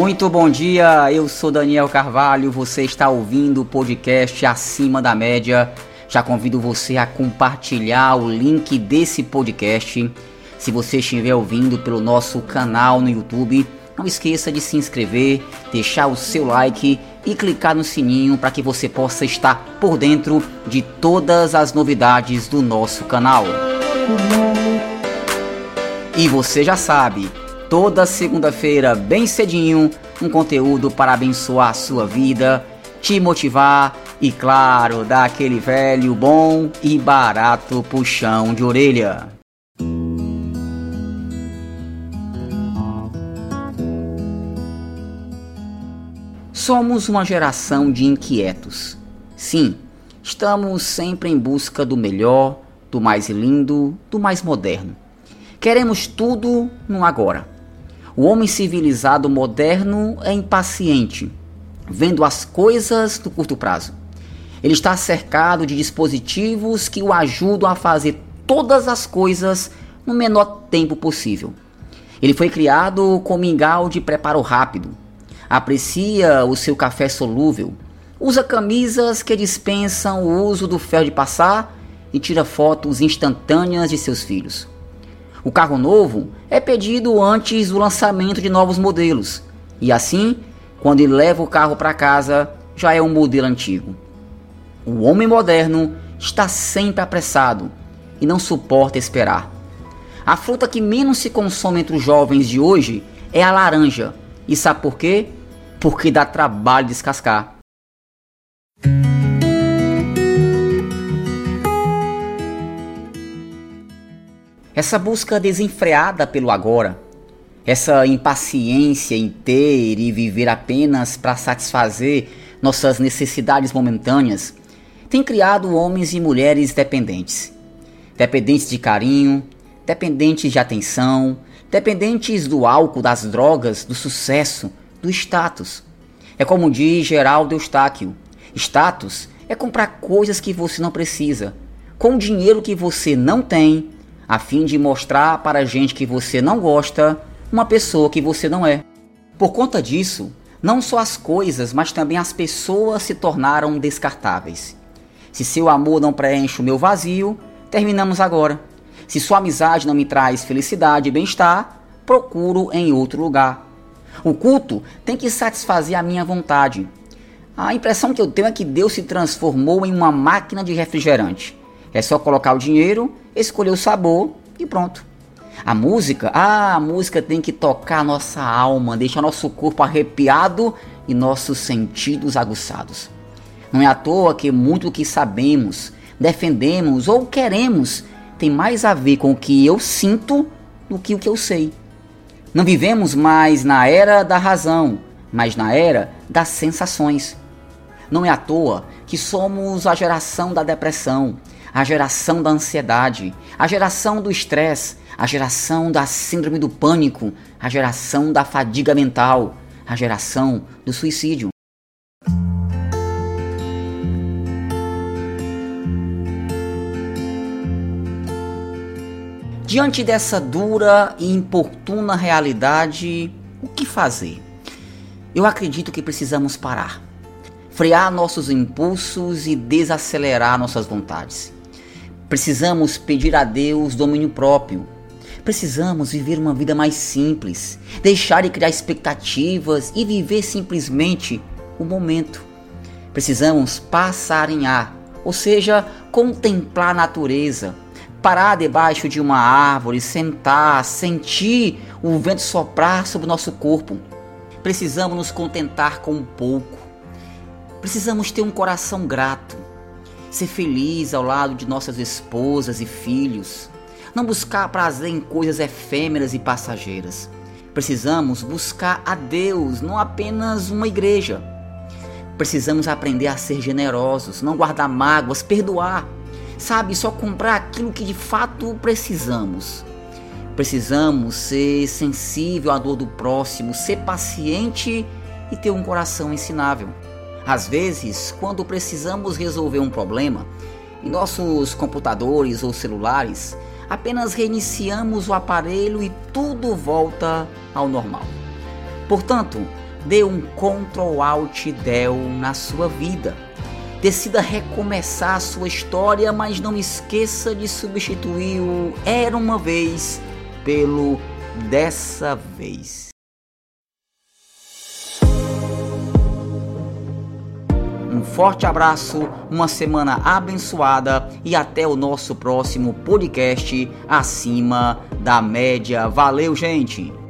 Muito bom dia, eu sou Daniel Carvalho, você está ouvindo o podcast Acima da Média. Já convido você a compartilhar o link desse podcast. Se você estiver ouvindo pelo nosso canal no YouTube, não esqueça de se inscrever, deixar o seu like e clicar no sininho para que você possa estar por dentro de todas as novidades do nosso canal. E você já sabe, toda segunda-feira, bem cedinho, um conteúdo para abençoar a sua vida, te motivar e, claro, dar aquele velho, bom e barato puxão de orelha. Somos uma geração de inquietos. Sim, estamos sempre em busca do melhor, do mais lindo, do mais moderno. Queremos tudo no agora. O homem civilizado moderno é impaciente, vendo as coisas no curto prazo. Ele está cercado de dispositivos que o ajudam a fazer todas as coisas no menor tempo possível. Ele foi criado com mingau de preparo rápido. Aprecia o seu café solúvel, usa camisas que dispensam o uso do ferro de passar e tira fotos instantâneas de seus filhos. O carro novo é pedido antes do lançamento de novos modelos, e assim, quando ele leva o carro para casa, já é um modelo antigo. O homem moderno está sempre apressado e não suporta esperar. A fruta que menos se consome entre os jovens de hoje é a laranja. E sabe por quê? Porque dá trabalho descascar. Essa busca desenfreada pelo agora, essa impaciência em ter e viver apenas para satisfazer nossas necessidades momentâneas, tem criado homens e mulheres dependentes. Dependentes de carinho, dependentes de atenção, dependentes do álcool, das drogas, do sucesso, do status. É como diz Geraldo Eustáquio, status é comprar coisas que você não precisa, com dinheiro que você não tem, a fim de mostrar para a gente que você não gosta, uma pessoa que você não é. Por conta disso, não só as coisas, mas também as pessoas se tornaram descartáveis. Se seu amor não preenche o meu vazio, terminamos agora. Se sua amizade não me traz felicidade e bem-estar, procuro em outro lugar. O culto tem que satisfazer a minha vontade. A impressão que eu tenho é que Deus se transformou em uma máquina de refrigerante. É só colocar o dinheiro, escolher o sabor e pronto. A música tem que tocar a nossa alma, deixar nosso corpo arrepiado e nossos sentidos aguçados. Não é à toa que muito do que sabemos, defendemos ou queremos tem mais a ver com o que eu sinto do que o que eu sei. Não vivemos mais na era da razão, mas na era das sensações. Não é à toa que somos a geração da depressão, a geração da ansiedade, a geração do estresse, a geração da síndrome do pânico, a geração da fadiga mental, a geração do suicídio. Diante dessa dura e importuna realidade, o que fazer? Eu acredito que precisamos parar, frear nossos impulsos e desacelerar nossas vontades. Precisamos pedir a Deus domínio próprio. Precisamos viver uma vida mais simples, deixar de criar expectativas e viver simplesmente o momento. Precisamos passar em ar, ou seja, contemplar a natureza. Parar debaixo de uma árvore, sentar, sentir o vento soprar sobre o nosso corpo. Precisamos nos contentar com um pouco. Precisamos ter um coração grato. Ser feliz ao lado de nossas esposas e filhos. Não buscar prazer em coisas efêmeras e passageiras. Precisamos buscar a Deus, não apenas uma igreja. Precisamos aprender a ser generosos, não guardar mágoas, perdoar. Sabe, só comprar aquilo que de fato precisamos. Precisamos ser sensível à dor do próximo, ser paciente e ter um coração ensinável. Às vezes, quando precisamos resolver um problema, em nossos computadores ou celulares, apenas reiniciamos o aparelho e tudo volta ao normal. Portanto, dê um Ctrl Alt Del na sua vida. Decida recomeçar a sua história, mas não esqueça de substituir o "era uma vez" pelo "dessa vez". Um forte abraço, uma semana abençoada e até o nosso próximo podcast Acima da Média. Valeu, gente!